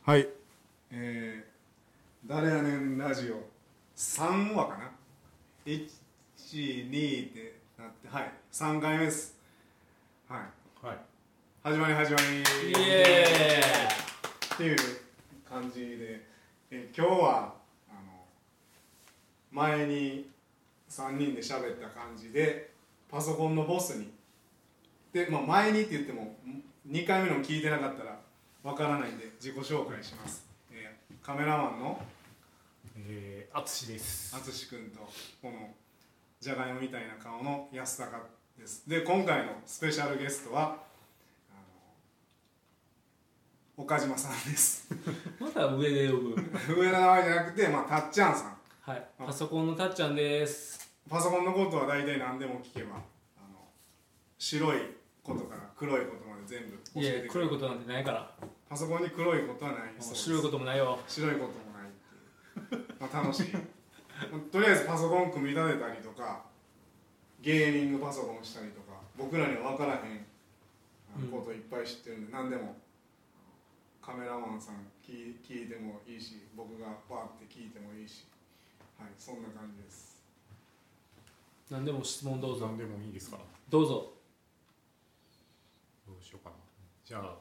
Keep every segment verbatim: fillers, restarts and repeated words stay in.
はい、えー、誰やねんラジオさんわかな、いち、にってなって、はい、さんかいめです。はい、はい、始まり始まりイエーイっていう感じで、えー、今日はあの前にさんにんで喋った感じでパソコンのボスにで、まあ、前にって言ってもにかいめの聞いてなかったらわからないんで自己紹介します。えー、カメラマンのえー、あつしです。 あつしくんとこのじゃがいもみたいな顔の安高です。で今回のスペシャルゲストはあの岡島さんです。 まだ上で呼ぶ上の名前じゃなくて、まあ、たっちゃんさん。 はい、パソコンのたっちゃんです。 パソコンのことは大体何でも聞けば、あの白いことから黒いことまで全部教えてくれる。 いや黒いことなんてないから。 パソコンに黒いことはないそうです。 白いこともないよ。 白いこともないっていう、まあ、楽しいとりあえずパソコン組み立てたりとかゲーミングパソコンしたりとか僕らには分からへんこといっぱい知ってるんで、うん、何でもカメラマンさん聞いてもいいし僕がバーって聞いてもいいし、はい、そんな感じです。 何でも質問どうぞ。 何でもいいですか。 どうぞ。 どうしようかな。じゃあ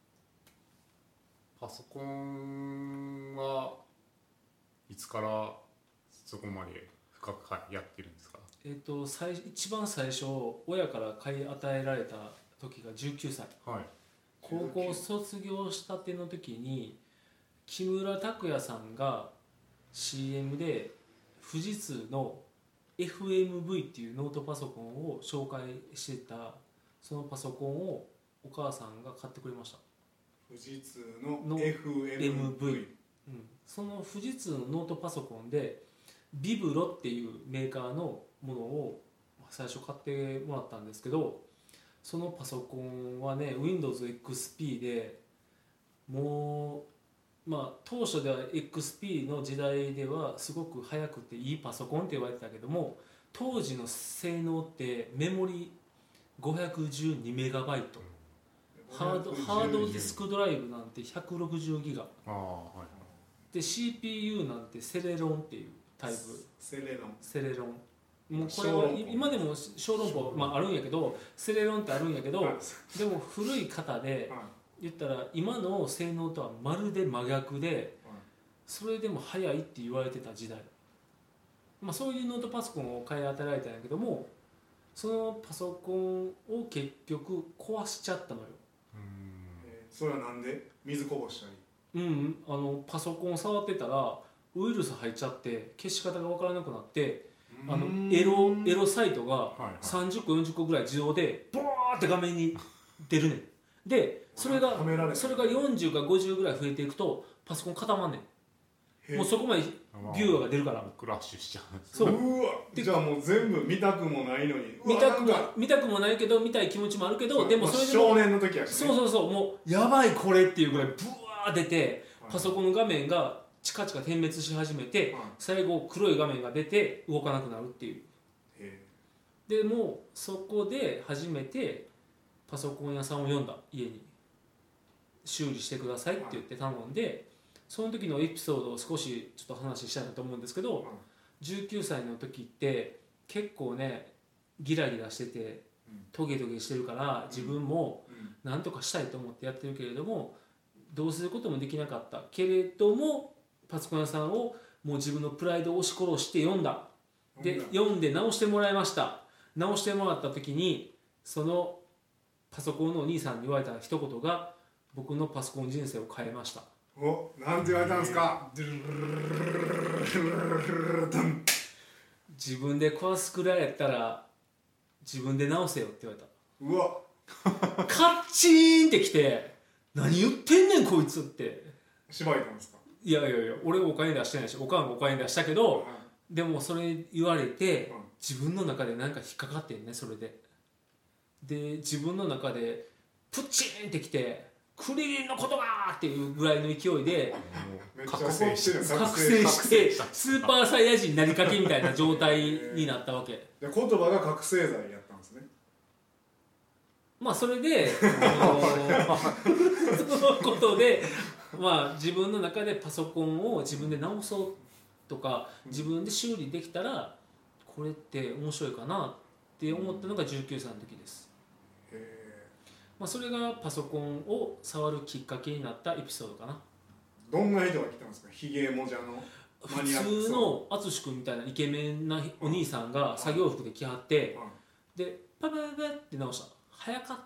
パソコンはいつからそこまで深くやってるんですか。 えーと最一番最初親から買い与えられた時がじゅうきゅうさい、 はい、 高校卒業したての時に木村拓哉さんが シーエム で富士通の エフエムブイ っていうノートパソコンを紹介してたそのパソコンをお母さんが買ってくれました。 富士通の エフエムブイ、 うん、その富士通のノートパソコンでビブロっていうメーカーのものを最初買ってもらったんですけど、そのパソコンはね ウィンドウズエックスピー でもうまあ当初では エックスピー の時代ではすごく速くていいパソコンって言われてたけども、当時の性能ってメモリごひゃくじゅうにメガバイト、ハード、ハードディスクドライブなんてひゃくろくじゅうギガ、 あ、はいはい、 で シーピーユー なんてセレロンっていうタイプ、 セレロンセレロンもうこれは今でも小籠包、まあ、あるんやけどセレロンってあるんやけど、でも古い型で言ったら今の性能とはまるで真逆で、それでも速いって言われてた時代、まあ、そういうノートパソコンを買い与えられたんやけども、そのパソコンを結局壊しちゃったのよ。 うん、えー、それはなんで？水こぼしたり、うん、あのパソコンを触ってたらウイルス入っちゃって消し方が分からなくなって、あのエロ、エロサイトがさんじゅっこよんじゅっこぐらい自動でボーって画面に出るねん。でそれがそれがよんじゅうかごじゅうぐらい増えていくとパソコン固まんねん。もうそこまでビューが出るからクラッシュしちゃう。 そううわ、じゃあもう全部見たくもないのに、 見たくも見たくもないけど見たい気持ちもあるけど、でもそれでも少年の時はね、 そうそうそう、もうやばいこれっていうぐらいブワー出てパソコンの画面がチカチカ点滅し始めて、最後黒い画面が出て動かなくなるっていう。でもそこで初めてパソコン屋さんを呼んだ。家に修理してくださいって言って頼んで、その時のエピソードを少しちょっと話したいなと思うんですけど、じゅうきゅうさいの時って結構ねギラギラしててトゲトゲしてるから自分も何とかしたいと思ってやってるけれどもどうすることもできなかったけれども、パソコン屋さんをもう自分のプライドを押し殺して読んだ。で読んで直してもらいました。直してもらった時にそのパソコンのお兄さんに言われた一言が僕のパソコン人生を変えました。 お、なんて言われたんですか。 自分で壊すくらいやったら自分で直せよって言われた。 うわカッチーンってきて、何言ってんねんこいつって。 しばいたんですか。いやいやいや、俺お金出してないしおかんがお金出したけど、はい、でもそれ言われて、はい、自分の中で何か引っかかってんね。それでで自分の中でプチーンってきて、クリリンのことがーっていうぐらいの勢いで覚醒してる覚醒してスーパーサイヤ人になりかけみたいな状態になったわけ。 言葉が覚醒剤やったんですね。 まあそれでそのことでまあ自分の中でパソコンを自分で直そうとか自分で修理できたらこれって面白いかなって思ったのがじゅうきゅうさいの時です。へー、まあ、それがパソコンを触るきっかけになったエピソードかな。 どんな人が来たんですか？ヒゲもじゃのマニアック。 普通の淳君みたいなイケメンなお兄さんが作業服で来はって、でパパパパって直した。早かった。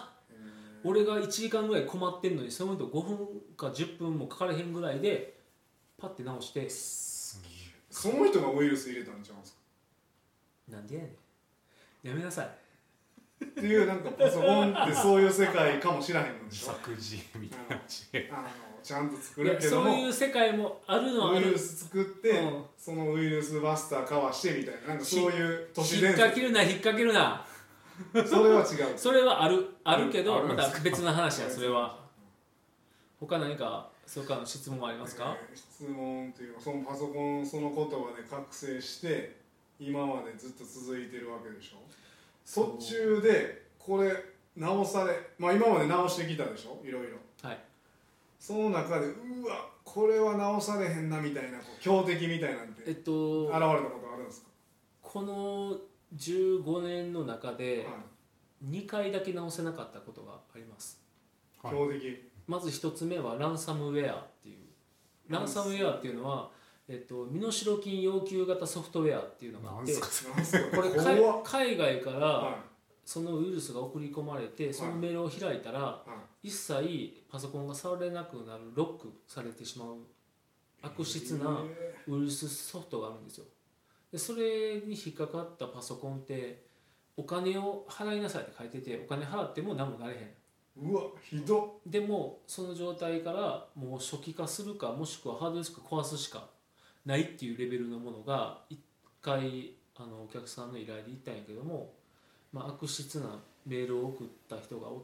俺がいちじかんぐらい困ってんのにその人ごふんかじゅっぷんもかかれへんぐらいでパッて直して。 その人がウイルス入れたんちゃうんですか？ なんでやねん、やめなさいっていう、なんかパソコンってそういう世界かもしれへんのでしょ。 作詞みたいなあのちゃんと作るけどもそういう世界もあるのはある。 ウイルス作って、うん、そのウイルスバスターかわしてみたいな、なんかそういう都市伝説。 引っ掛けるな引っ掛けるなそれは違う。 それはあるあるけどまた別の話やそれは。他何かそうかの質問はありますか？ えー、質問というか、そのパソコンその言葉で覚醒して今までずっと続いてるわけでしょ。途中でこれ直され、まあ今まで直してきたでしょ、いろいろ。はい。その中でうわこれは直されへんなみたいな、こう強敵みたいなんて現れたことあるんですか？ このじゅうごねんの中でにかいだけ直せなかったことがあります。 はい、強敵。 まずひとつめはランサムウェアっていう。ランサムウェアっていうのは、えっと、身代金要求型ソフトウェアっていうのがあって、これ海外からそのウイルスが送り込まれて、そのメールを開いたら一切パソコンが触れなくなる、ロックされてしまう悪質なウイルスソフトがあるんですよ。でそれに引っかかったパソコンってお金を払いなさいって書いてて、お金払っても何もなれへん。 うわひどっ。 でもその状態からもう初期化するか、もしくはハードディスク壊すしかないっていうレベルのものがいっかいあのお客さんの依頼で行ったんやけども、まあ、悪質なメールを送った人がおって、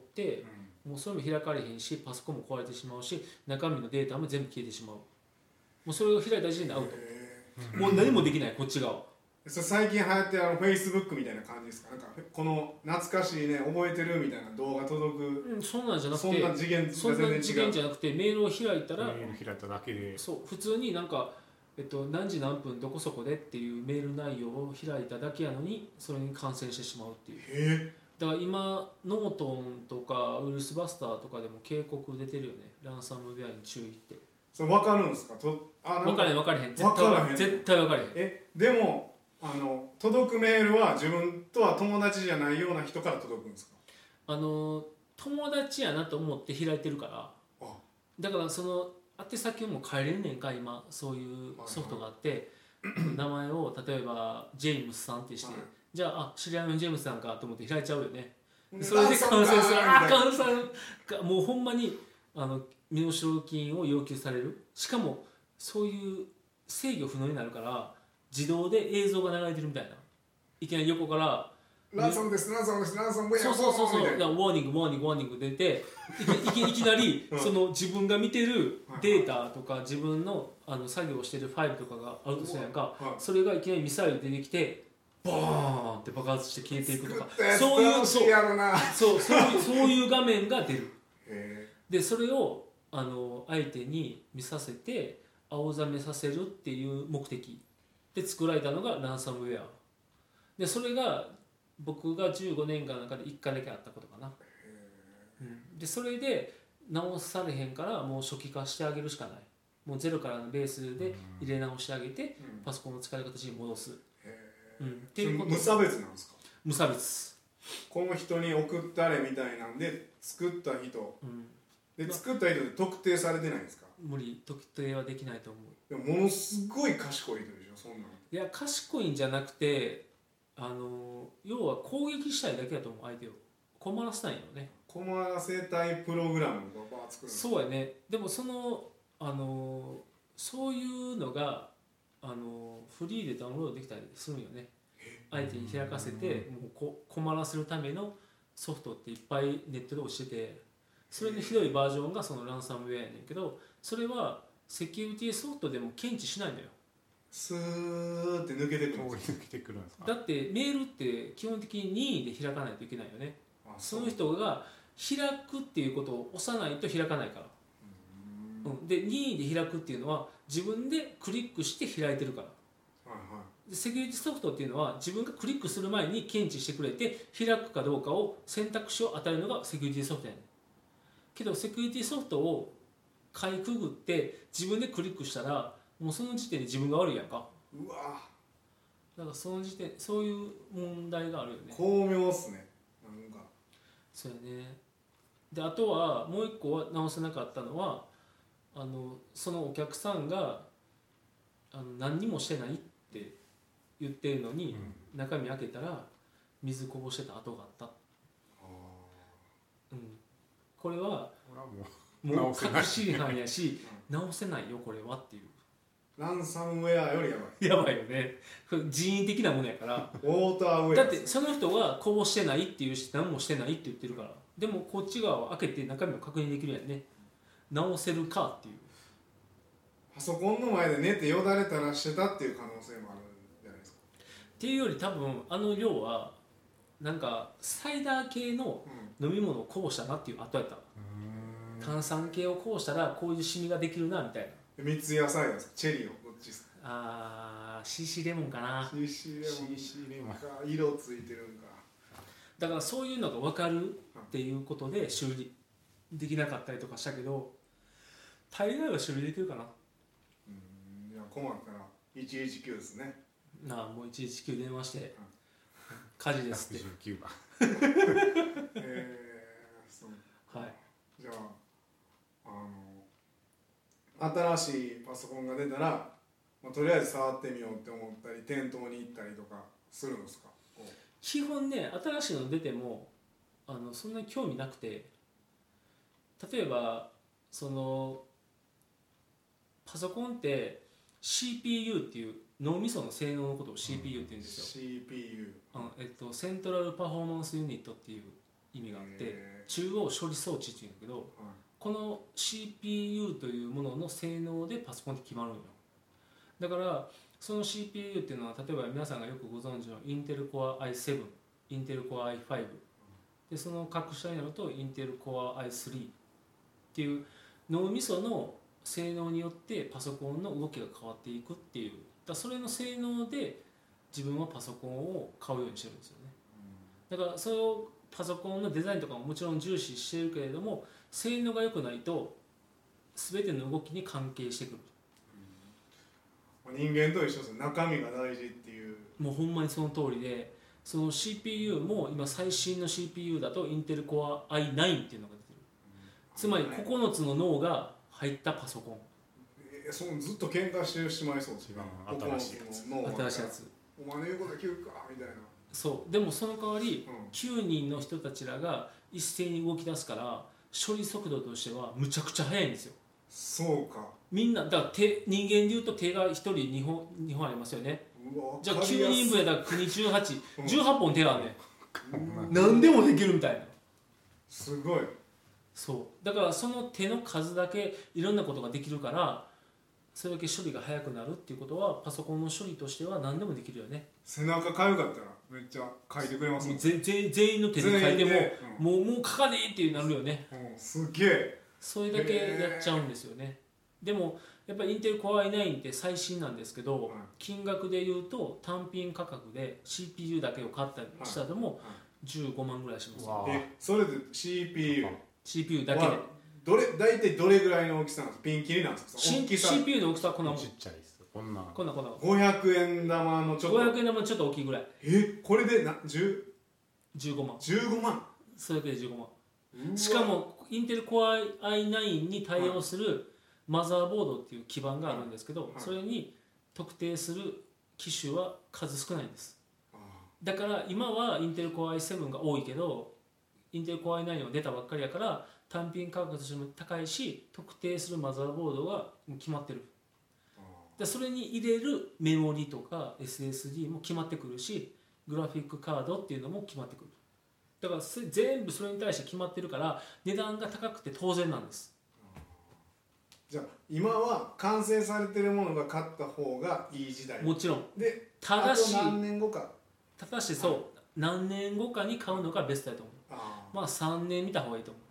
うん、もうそれも開かれへんし、パソコンも壊れてしまうし、中身のデータも全部消えてしまう。もうそれを開いた時点でアウト。もう何もできない、こっち側。 それ最近流行ってるあの Facebook みたいな感じですか？なんかこの懐かしいね、覚えてるみたいな動画届く、 うん、そんなんじゃなくて、 そんな次元そんな次元じゃなくて、メールを開いたら、 メール開いただけで、 そう普通になんか、えっと、何時何分どこそこでっていうメール内容を開いただけやのにそれに感染してしまうっていう。 へだから今ノートンとかウイルスバスターとかでも警告出てるよね。ランサムウェアに注意って。 それ分かるんですか？とあ分かれへん分かれへん。 分からへん。 絶対分かれへん。 えでもあの届くメールは自分とは友達じゃないような人から届くんですか？ あの友達やなと思って開いてるから。あだからその宛先も変えれんねんか今そういうソフトがあって、名前を例えばジェームスさんってして、はい、じゃああ知り合いのジェームスさんかと思って開いちゃうよね。それで感染する。あ感染がもうほんまにあの身代金を要求される。しかもそういう制御不能になるから自動で映像が流れてるみたいな。いきなり横からランサムです、ランサムです、ランサムウェア。 そうそうそうそう。ウォーニング、ウォーニング、ウォーニング出て、いきいきなりその自分が見てるデータとか自分のあの作業してるファイルとかがあるとするやんか、それがいきなりミサイル出てきて、ボーンって爆発して消えていくとか、そういうそうそうそういうそういう画面が出る。でそれをあの相手に見させて青ざめさせるっていう目的で作られたのがランサムウェア。でそれが僕がじゅうごねんかんの中でいっかいだけあったことかな、うん、でそれで直されへんからもう初期化してあげるしかない。もうゼロからのベースで入れ直してあげて、うん、パソコンの使い形に戻す、 うん、っていうこと無差別なんですか？ 無差別。 この人に送ったれみたいなんで作った人、うん、で作った人で特定されてないんですか？ 無理、特定はできないと思う。 でもものすごい賢い人でしょそんなの。 いや賢いんじゃなくてあの要は攻撃したいだけだと思う。相手を困らせたいよね。 困らせたいプログラムが作る。 そうやね。でもそのあのそういうのがあのフリーでダウンロードできたりするよね。相手に開かせてもうこ困らせるためのソフトっていっぱいネットで落ちてて、それのひどいバージョンがそのランサムウェアやねんけど、それはセキュリティソフトでも検知しないのよ。 スーって抜けてくるんですか？ 抜けてくるんですか？ だってメールって基本的に任意で開かないといけないよね。その人が開くっていうことを押さないと開かないから。 うん、で任意で開くっていうのは自分でクリックして開いてるから、 はいはい、 でセキュリティソフトっていうのは自分がクリックする前に検知してくれて開くかどうかを選択肢を与えるのがセキュリティソフトやねんけどセキュリティソフトをかいくぐって自分でクリックしたらもうその時点で自分が悪いやんか。 うわだからその時点そういう問題があるよね。 巧妙っすね。なんかそうやね。であとはもう一個は直せなかったのはあのそのお客さんがあの何にもしてないって言ってるのに、うん、中身開けたら水こぼしてた跡があった。あ、うん、これはもう確信犯やし直せないよこれはっていう。 ランサムウェアよりやばい。 やばいよね。人為的なものやから。 ウォーターウェア。 だってその人がこぼしてないっていうし何もしてないって言ってるから。でもこっち側は開けて中身を確認できるやんね。直せるかっていう。 パソコンの前で寝てよだれ垂らしてたっていう可能性もあるんじゃないですか。 っていうより多分あの量はなんかサイダー系の飲み物をこぼしたなっていう後やった。うん、炭酸系をこぼしたらこういうシミができるなみたいな。 三ツ矢サイダーですか、チェリーをどっちですか。 あー シーシー レモンかな。 シーシー レモン シーシー レモンか、色ついてるんか。 だからそういうのが分かるっていうことで修理できなかったりとかしたけど大概は修理できるかな。 うん、いや困ったらいちいちきゅうですね。 なあもういちいちきゅう電話して、うん、火事ですって。 ひゃくじゅうきゅうばんえー、そう。 はい。 じゃああの新しいパソコンが出たら、まあ、とりあえず触ってみようって思ったり店頭に行ったりとかするんですか。 基本ね新しいの出てもあのそんなに興味なくて、例えばそのパソコンって シーピーユー っていう脳みその性能のことを シーピーユー って言うんですよ。 シーピーユー、 うんえっと、セントラルパフォーマンスユニットっていう意味があって中央処理装置っていうんだけど、はい、この シーピーユー というものの性能でパソコンって決まるんよ。だからその シーピーユー っていうのは例えば皆さんがよくご存知のインテル Core アイセブン、インテル Core アイファイブ でその格下になるとインテル Core アイスリーっていう脳みその性能によってパソコンの動きが変わっていくっていう、だそれの性能で自分はパソコンを買うようにしてるんですよね。だからそれをパソコンのデザインとかももちろん重視してるけれども性能が良くないと全ての動きに関係してくる。 人間と一緒です。中身が大事っていう。 もうほんまにその通りで、その シーピーユー も今最新の シーピーユー だとインテル Core アイナイン っていうのが出てる、うん、つまりここのつの脳が入ったパソコン。 えー、そのずっと喧嘩してしまいそうです。 新しいやつ新しいやつお前の言うこと聞くかみたいな。 そうでもその代わり、うん、きゅうにんの人たちらが一斉に動き出すから処理速度としてはむちゃくちゃ速いんですよ。 そうか。 みんなだから手人間でいうと手がひとりにほんにほんありますよね。じゃあきゅうにんぶんやったら国じゅうはち、じゅうはっぽん手があるね、うん、何でもできるみたいな。 すごい。 そうだからその手の数だけいろんなことができるからそれだけ処理が早くなるっていうことはパソコンの処理としては何でもできるよね。 背中かゆかったらめっちゃ書いてくれますもん。 全全員の手で書いても、うん、もうもう書かねえってなるよね、 うん、すげえ。 それだけやっちゃうんですよね。でもやっぱりインテル Core アイナインって最新なんですけど、はい、金額でいうと単品価格で シーピーユー だけを買ったりしたらもじゅうごまんぐらいします、ね、 えそれで シーピーユーシーピーユー だけでどれ大体どれぐらいの大きさなんですか。ピンキリなんですか。 大きさ シーピーユー の大きさはこんなもん。 ちっちゃいです。こんなこんなこんなごひゃくえん玉のちょっとごひゃくえん玉のちょっと大きいぐらい。 えこれでなじゅうじゅうごまん。 じゅうごまん。 それだけでじゅうごまん。しかもインテル Core アイナイン に対応するマザーボードっていう基板があるんですけど、はい、それに特定する機種は数少ないんです。だから今はインテル Core アイセブン が多いけどインテル Core アイナイン は出たばっかりやから単品価格としても高いし特定するマザーボードが決まってる。でそれに入れるメモリとか エスエスディー も決まってくるしグラフィックカードっていうのも決まってくる。だから全部それに対して決まってるから値段が高くて当然なんです。 じゃあ今は完成されてるものが買った方がいい時代。もちろん。 でただしあと何年後かただしそう、はい、何年後かに買うのがベストだと思う。あまあさんねん見た方がいいと思う。 あ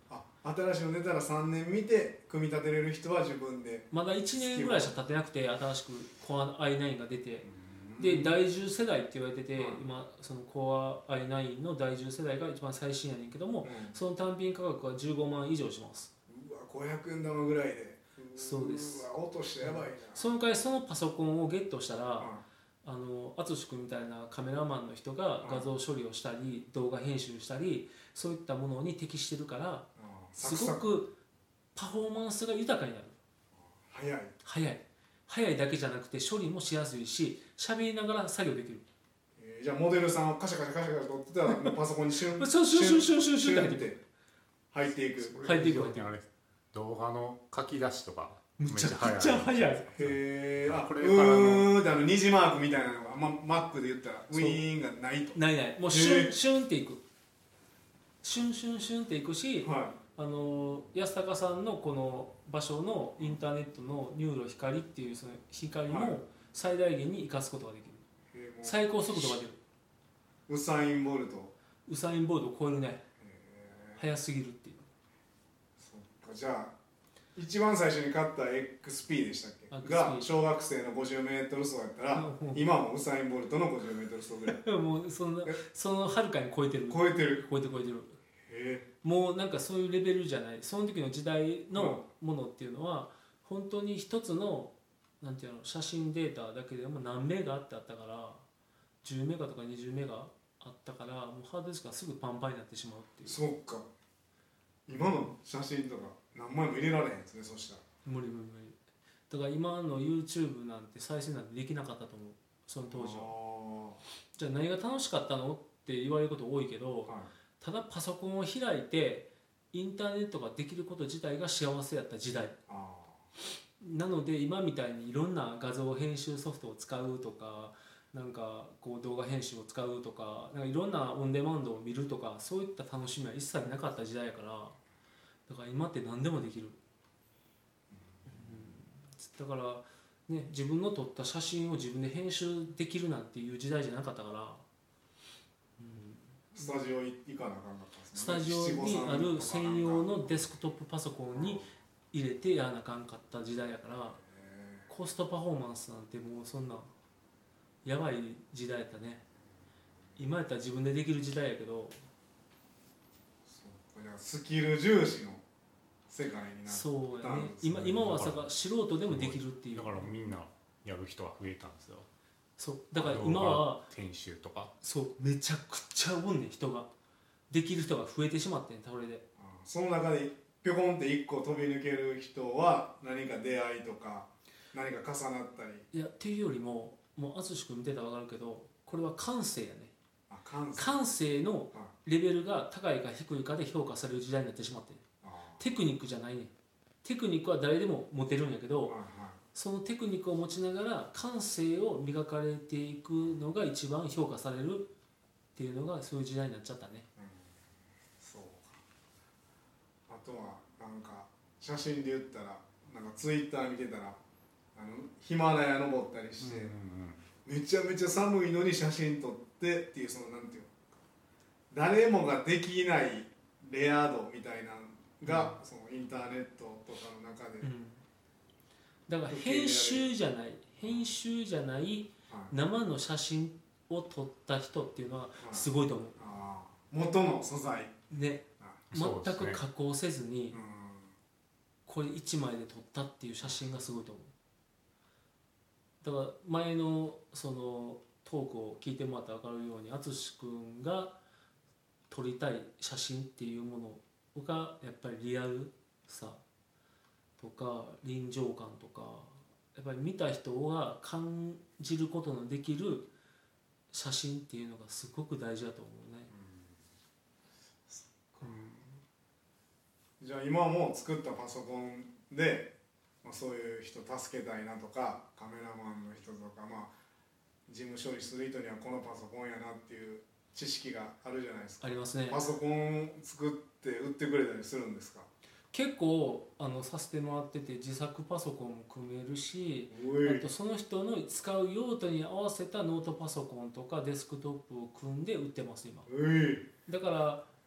新しいの出たらさんねん見て組み立てれる人は自分でまだいちねんぐらいしか経ってなくて新しく コアアイナイン が出て、でだいじゅう世代って言われてて、今その コアアイナイン のだいじゅう世代が一番最新やねんけども、その単品価格はじゅうごまん以上します。 うわごひゃくえん玉ぐらいで。 そうです。 うわ落としてやばいな。 その回そのパソコンをゲットしたら、あの淳君みたいなカメラマンの人が画像処理をしたり動画編集したりそういったものに適してるからすごくパフォーマンスが豊かになる。 早い早い早いだけじゃなくて処理もしやすいし喋りながら作業できる。 えー、じゃあモデルさんをカシャカシャカシャカシャ撮ってたらもうパソコンにシュンシュンシュンシュンシュンシュンシュンって入っていく入っていく入っていく動画の書き出しとかめちゃくちゃ早い。 へえ。あ、 これうーんってあの虹マークみたいなのが、ま、マックで言ったらウィーンがないと。 ないない。もうシュンシュンっていく。シュンシュンシュンっていくし、はい、あの安高さんのこの場所のインターネットのニューロ光っていうその光も最大限に生かすことができる。はい、最高速度が出る。 ウサインボルト。 ウサインボルトを超えるね。速すぎるっていう。 そっか、じゃあ。一番最初に買った エックスピー でしたっけが小学生の ごじゅうメートル 走やったら、うん、今もウサイン・ボルトの ごじゅうメートル 走ぐらいもうそのそのはるかに超えてる超えてる超えてる超えてるへもうなんかそういうレベルじゃない。その時の時代のものっていうのは、うん、本当に一つのなんていうの写真データだけでも何メガってあったからじゅうメガとかにじゅうメガあったからもうハードディスクがすぐパンパンになってしまうっていう。 そっか今の写真とか何枚も入れられへんですね。そしたら無理無理無理だから今の YouTube なんて再生なんてできなかったと思う。その当時は。じゃあ何が楽しかったのって言われること多いけど、はい、ただパソコンを開いてインターネットができること自体が幸せやった時代なので、今みたいにいろんな画像編集ソフトを使うとかなんかこう動画編集を使うとか、なんかいろんなオンデマンドを見るとかそういった楽しみは一切なかった時代やから、だから今って何でもできる、うん、だからね、自分の撮った写真を自分で編集できるなんていう時代じゃなかったから、 うん、スタジオ行かなあかんかったですね。 スタジオにある専用のデスクトップパソコンに入れてやらなあかんかった時代やから、コストパフォーマンスなんてもうそんなやばい時代やったね。今やったら自分でできる時代やけど、 そうか、スキル重視の世界になったんですね。 そうやね。今今はさ素人でもできるっていう。 だからみんなやる人が増えたんですよ。 そうだから今は編集とかそうめちゃくちゃおんねん。人ができる人が増えてしまってん。それでああその中でぴょこんって一個飛び抜ける人は何か出会いとか何か重なったり。 いやっていうよりももう淳君見てたら分かるけど、これは感性やね。 あ 感, 性感性のレベルが高いか低いかで評価される時代になってしまってん。テクニックじゃないね。テクニックは誰でも持てるんやけど、はいはい、そのテクニックを持ちながら感性を磨かれていくのが一番評価されるっていうのがそういう時代になっちゃったね、うん、 そうか。あとはなんか写真で言ったらなんかツイッター見てたらあのヒマラヤ登ったりして、うんうんうん、めちゃめちゃ寒いのに写真撮ってっていうそのなんていうの誰もができないレア度みたいなが、うん、そのインターネットとかの中で、うん、 だから編集じゃない編集じゃない生の写真を撮った人っていうのはすごいと思う、 はい、あ元の素材ね、全く加工せずに、うん、これいちまいで撮ったっていう写真がすごいと思う。だから前のそのトークを聞いてもらったら分かるように淳君が撮りたい写真っていうものがやっぱりリアルさとか臨場感とかやっぱり見た人が感じることのできる写真っていうのがすごく大事だと思うね、 うん、じゃあ今も作ったパソコンで、まあ、そういう人助けたいなとかカメラマンの人とか、まあ、事務処理する人にはこのパソコンやなっていう知識があるじゃないですか。 ありますね。 パソコン作って売ってくれたりするんですか？ 結構あのさせてもらってて自作パソコンも組めるし、あとその人の使う用途に合わせたノートパソコンとかデスクトップを組んで売ってます今。だから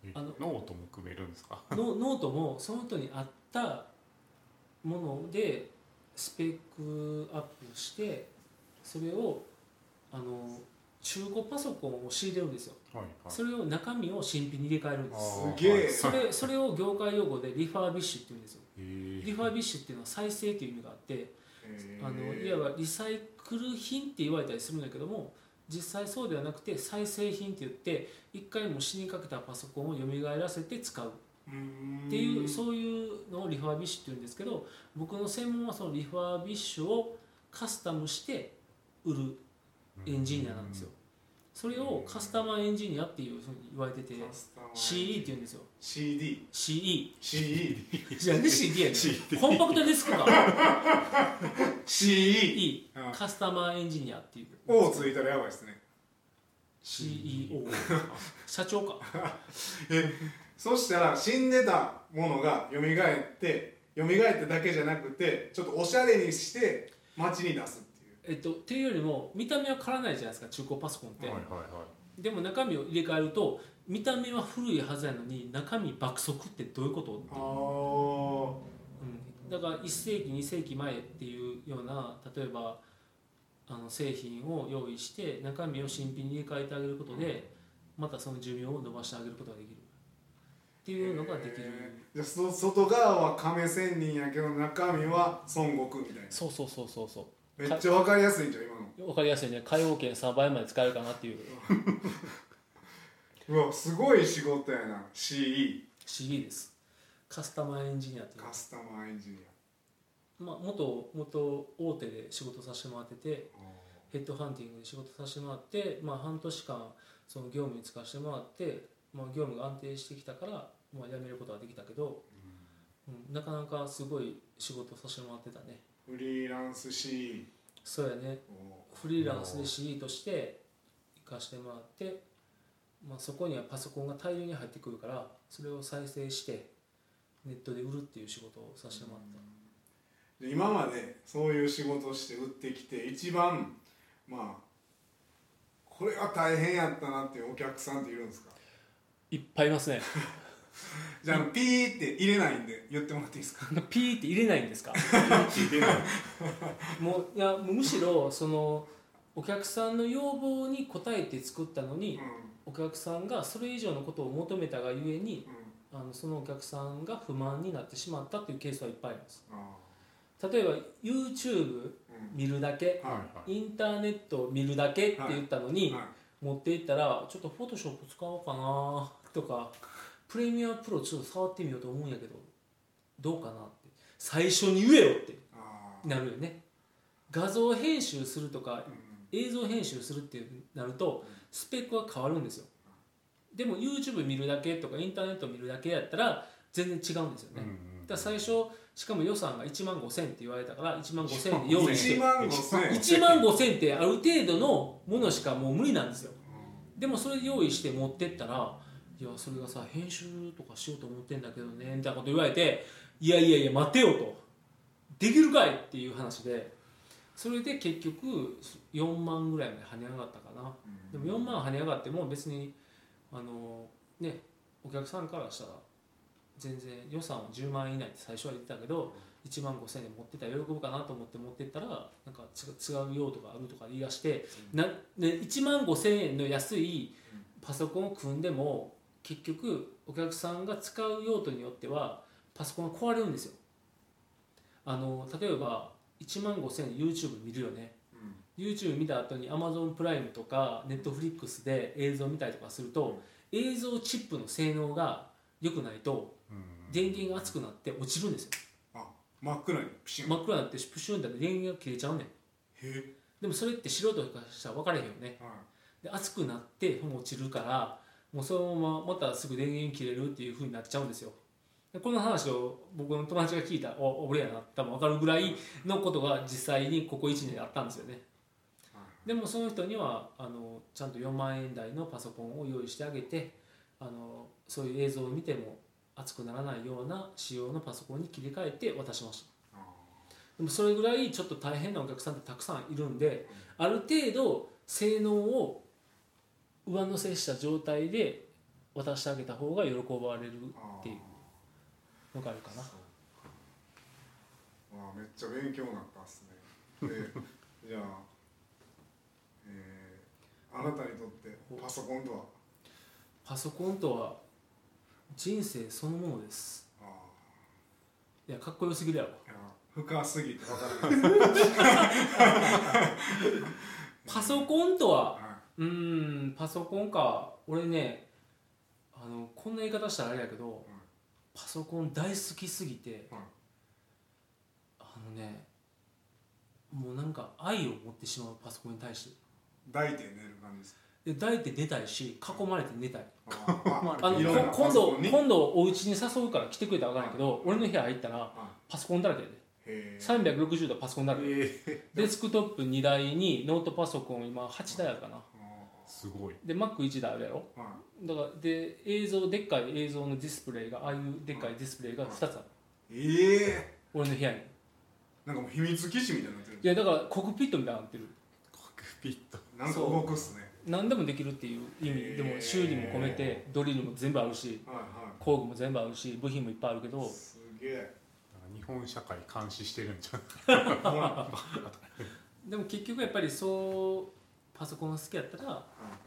あのノートも組めるんですか？ ノノートもその人に合ったものでスペックアップしてそれをあの中古パソコンを仕入れるんですよ、 はいはい、 それを中身を新品に入れ替えるんです。 すげえ。 それそれを業界用語でリファービッシュって言うんですよ。 へリファービッシュっていうのは再生という意味があってあのいわばリサイクル品って言われたりするんだけども実際そうではなくて再生品って言って一回も死にかけたパソコンを蘇らせて使うっていうそういうのをリファービッシュって言うんですけど僕の専門はそのリファービッシュをカスタムして売るエンジニアなんですよ。それをカスタマーエンジニアっていうふうに言われてて シーイー って言うんですよ。 シーディーシーイーシーイーじゃあね シーディー やねコンパクトディスクかシーイーカスタマーエンジニアっていう O ついたらやばいですね。 シーイーオー 社長かえそしたら死んでたものが蘇って蘇ってだけじゃなくてちょっとおしゃれにして街に出すっていう。 えっとっていうよりも見た目は変わらないじゃないですか中古パソコンって、 はいはいはい、 でも中身を入れ替えると見た目は古いはずやのに中身爆速ってどういうことっていう、うん、だからいっせいきにせいきまえっていうような例えばあの製品を用意して中身を新品に入れ替えてあげることでまたその寿命を伸ばしてあげることができるっていうのができる。 じゃあそ外側は亀仙人やけど中身は孫悟空みたいな。 そうそうそうそうそうめっちゃ分かりやすいんじゃん今の。 分かりやすいね。海王圏さんばいまで使えるかなっていううわすごい仕事やな。 シーイーシーイー ですカスタマーエンジニアっていうカスタマーエンジニまあ、元元大手で仕事させてもらっててヘッドハンティングで仕事させてもらって、まあ、半年間その業務に就かせてもらって、まあ、業務が安定してきたから、まあ、辞めることができたけど、うん、なかなかすごい仕事させてもらってたね。 アフリーランス シーイー。 そうやね。フリーランスで シーイー として行かせてもらって、まあ、そこにはパソコンが大量に入ってくるからそれを再生してネットで売るっていう仕事をさせてもらった。 今までそういう仕事をして売ってきて一番まあこれは大変やったなっていうお客さんっているんですか？ いっぱいいますねじゃあピーって入れないんで言ってもらっていいですか？ ピーって入れないんですか？もういやもうむしろそのお客さんの要望に応えて作ったのに、うん、お客さんがそれ以上のことを求めたがゆえに、うん、あのそのお客さんが不満になってしまったっていうケースはいっぱいあります。例えば YouTube 見るだけ、うんはいはい、インターネット見るだけって言ったのに、はいはい、持っていったらちょっとフォトショップ使おうかなとかプレミアプロちょっと触ってみようと思うんやけどどうかなって最初に言えよってなるよね。画像編集するとか、うん、映像編集するってなるとスペックは変わるんですよ。でも YouTube 見るだけとかインターネット見るだけやったら全然違うんですよね、うんうん、だから最初しかも予算がいちまんごせんって言われたからいちまんごせんで用意していちまんごせんいちまんごせんってある程度のものしかもう無理なんですよ。でもそれ用意して持ってったらいやそれがさ編集とかしようと思ってんだけどねみたいなこと言われていやいやいや待てよとできるかいっていう話でそれで結局よんまんぐらいまで跳ね上がったかな。でもよんまん跳ね上がっても別にあのねお客さんからしたら全然予算はじゅうまん以内って最初は言ってたけどいちまんごせんえんで持ってったら喜ぶかなと思って持ってったらなんか違う用途があるとか言い出してな、ね、いちまんごせんえんの安いパソコンを組んでも結局お客さんが使う用途によってはパソコンが壊れるんですよ。あの例えばいちまんごせんえんで YouTube 見るよね、うん、YouTube 見た後に Amazon プライムとか Netflix で映像見たりとかすると、うん、映像チップの性能が良くないと電源が熱くなって落ちるんですよ。 あ、真っ暗にプシュン真っ暗になってプシュンって電源が切れちゃうねん。 へでもそれって素人からしたら分からへんよね、はい、で熱くなって落ちるからもうそのまままたすぐ電源切れるっていう風になっちゃうんですよ。でこの話を僕の友達が聞いたらお俺やな多分分かるぐらいのことが実際にここいちねんであったんですよね。でもその人にはあのちゃんとよんまんえん台のパソコンを用意してあげてあのそういう映像を見ても熱くならないような仕様のパソコンに切り替えて渡しました。でもそれぐらいちょっと大変なお客さんってたくさんいるんである程度性能を上乗せした状態で渡してあげた方が喜ばれるっていうのがあるかな。 あめっちゃ勉強になったっすね。でじゃあ、えー、あなたにとってパソコンとは？ パソコンとは人生そのものです。あいやかっこよすぎるやろ。いや深すぎて分からないパソコンとは、はい、うーんパソコンか。俺ねあのこんな言い方したらあれやけど、はい、パソコン大好きすぎて、はい、あのねもうなんか愛を持ってしまう。パソコンに対して抱いて寝る感じですか？ で抱いて寝たいし囲まれて寝たい。ああの今度今度お家に誘うから来てくれたら分からないけど、俺の部屋入ったらパソコンだらけでさんびゃくろくじゅうどパソコンだらけでデスクトップにだいにノートパソコン今はちだいあるかな。 すごい。 で マックいちだいあるやろ。だからで映像でっかい映像のディスプレイがああいうでっかいディスプレイがふたつある。 ええ俺の部屋になんかもう秘密基地みたいになってる。 いやだからコックピットみたいになってる。 コックピットなんか動くっすね。 何でもできるっていう意味でも修理も込めてドリルも全部あるし、はいはい、工具も全部あるし部品もいっぱいあるけど。 すげえ。 日本社会監視してるんじゃん。 でも結局やっぱりそうパソコンが好きやったら、うん、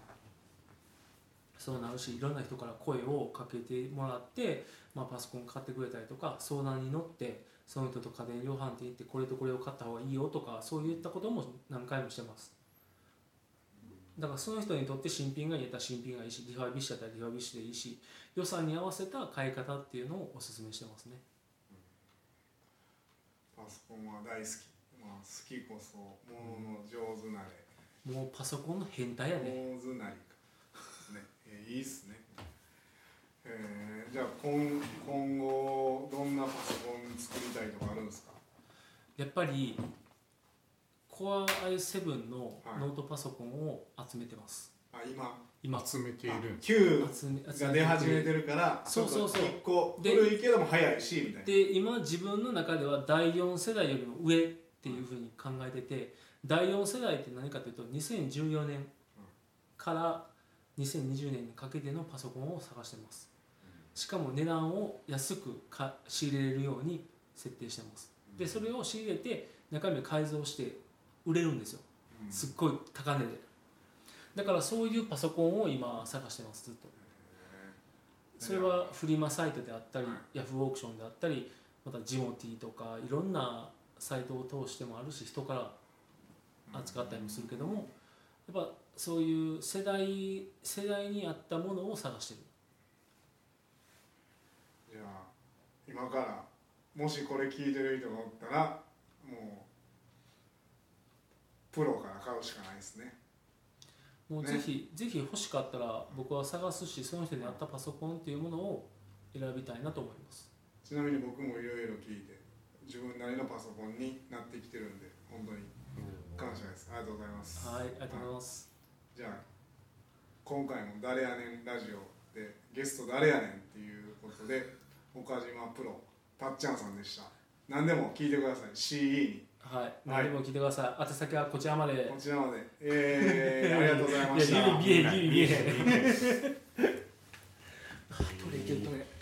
そうなるし、いろんな人から声をかけてもらって、まあ、パソコン買ってくれたりとか相談に乗ってその人と家電量販店行ってこれとこれを買った方がいいよとかそういったことも何回もしてます。だからその人にとって新品がいいやったら新品がいいし、リファビッシュだったらリファビッシュでいいし、予算に合わせた買い方っていうのをおすすめしてますね。 パソコンは大好き、まあ、好きこそものの上手なれ、 もうパソコンの変態やね。 上手なりか、ねえー、いいっすね。えー、じゃあ 今, 今後どんなパソコン作りたいとかあるんですか？ やっぱりCore アイセブン のノートパソコンを集めてます。 はい、あ今今集めている。 きゅうが出始めてるからそうそうそう、 いっこ古いけども早いしみたいな。 で今自分の中ではだいよん世代よりも上っていうふうに考えてて、だいよん世代って何かというとにせんじゅうよねんからにせんにじゅうねんにかけてのパソコンを探してます。しかも値段を安くか仕入れれるように設定してます。でそれを仕入れて中身を改造して売れるんですよ、すっごい高値で。だからそういうパソコンを今探してます。ずっとそれはフリマサイトであったりヤフーオークションであったり、またジモティーとかいろんなサイトを通してもあるし、人から扱ったりもするけども、やっぱそういう世代世代に合ったものを探してる。 じゃあ今からもしこれ聞いてる人がおったらもうプロから買うしかないですね。 もうぜひ、ね、ぜひ欲しかったら僕は探すし、その人に合ったパソコンっていうものを選びたいなと思います。 ちなみに僕もいろいろ聞いて自分なりのパソコンになってきてるんで本当に感謝です。ありがとうございます。 はい、ありがとうございます。 はい、じゃあ今回も誰やねんラジオでゲスト誰やねんっていうことで岡島プロたっちゃんさんでした。何でも聞いてください。 シーイー にはい、何でも聞いてください。宛先はこちらまで。 こちらまで。えー、ありがとうございました。 いや、見え見え見え見え。どれいけるどれ。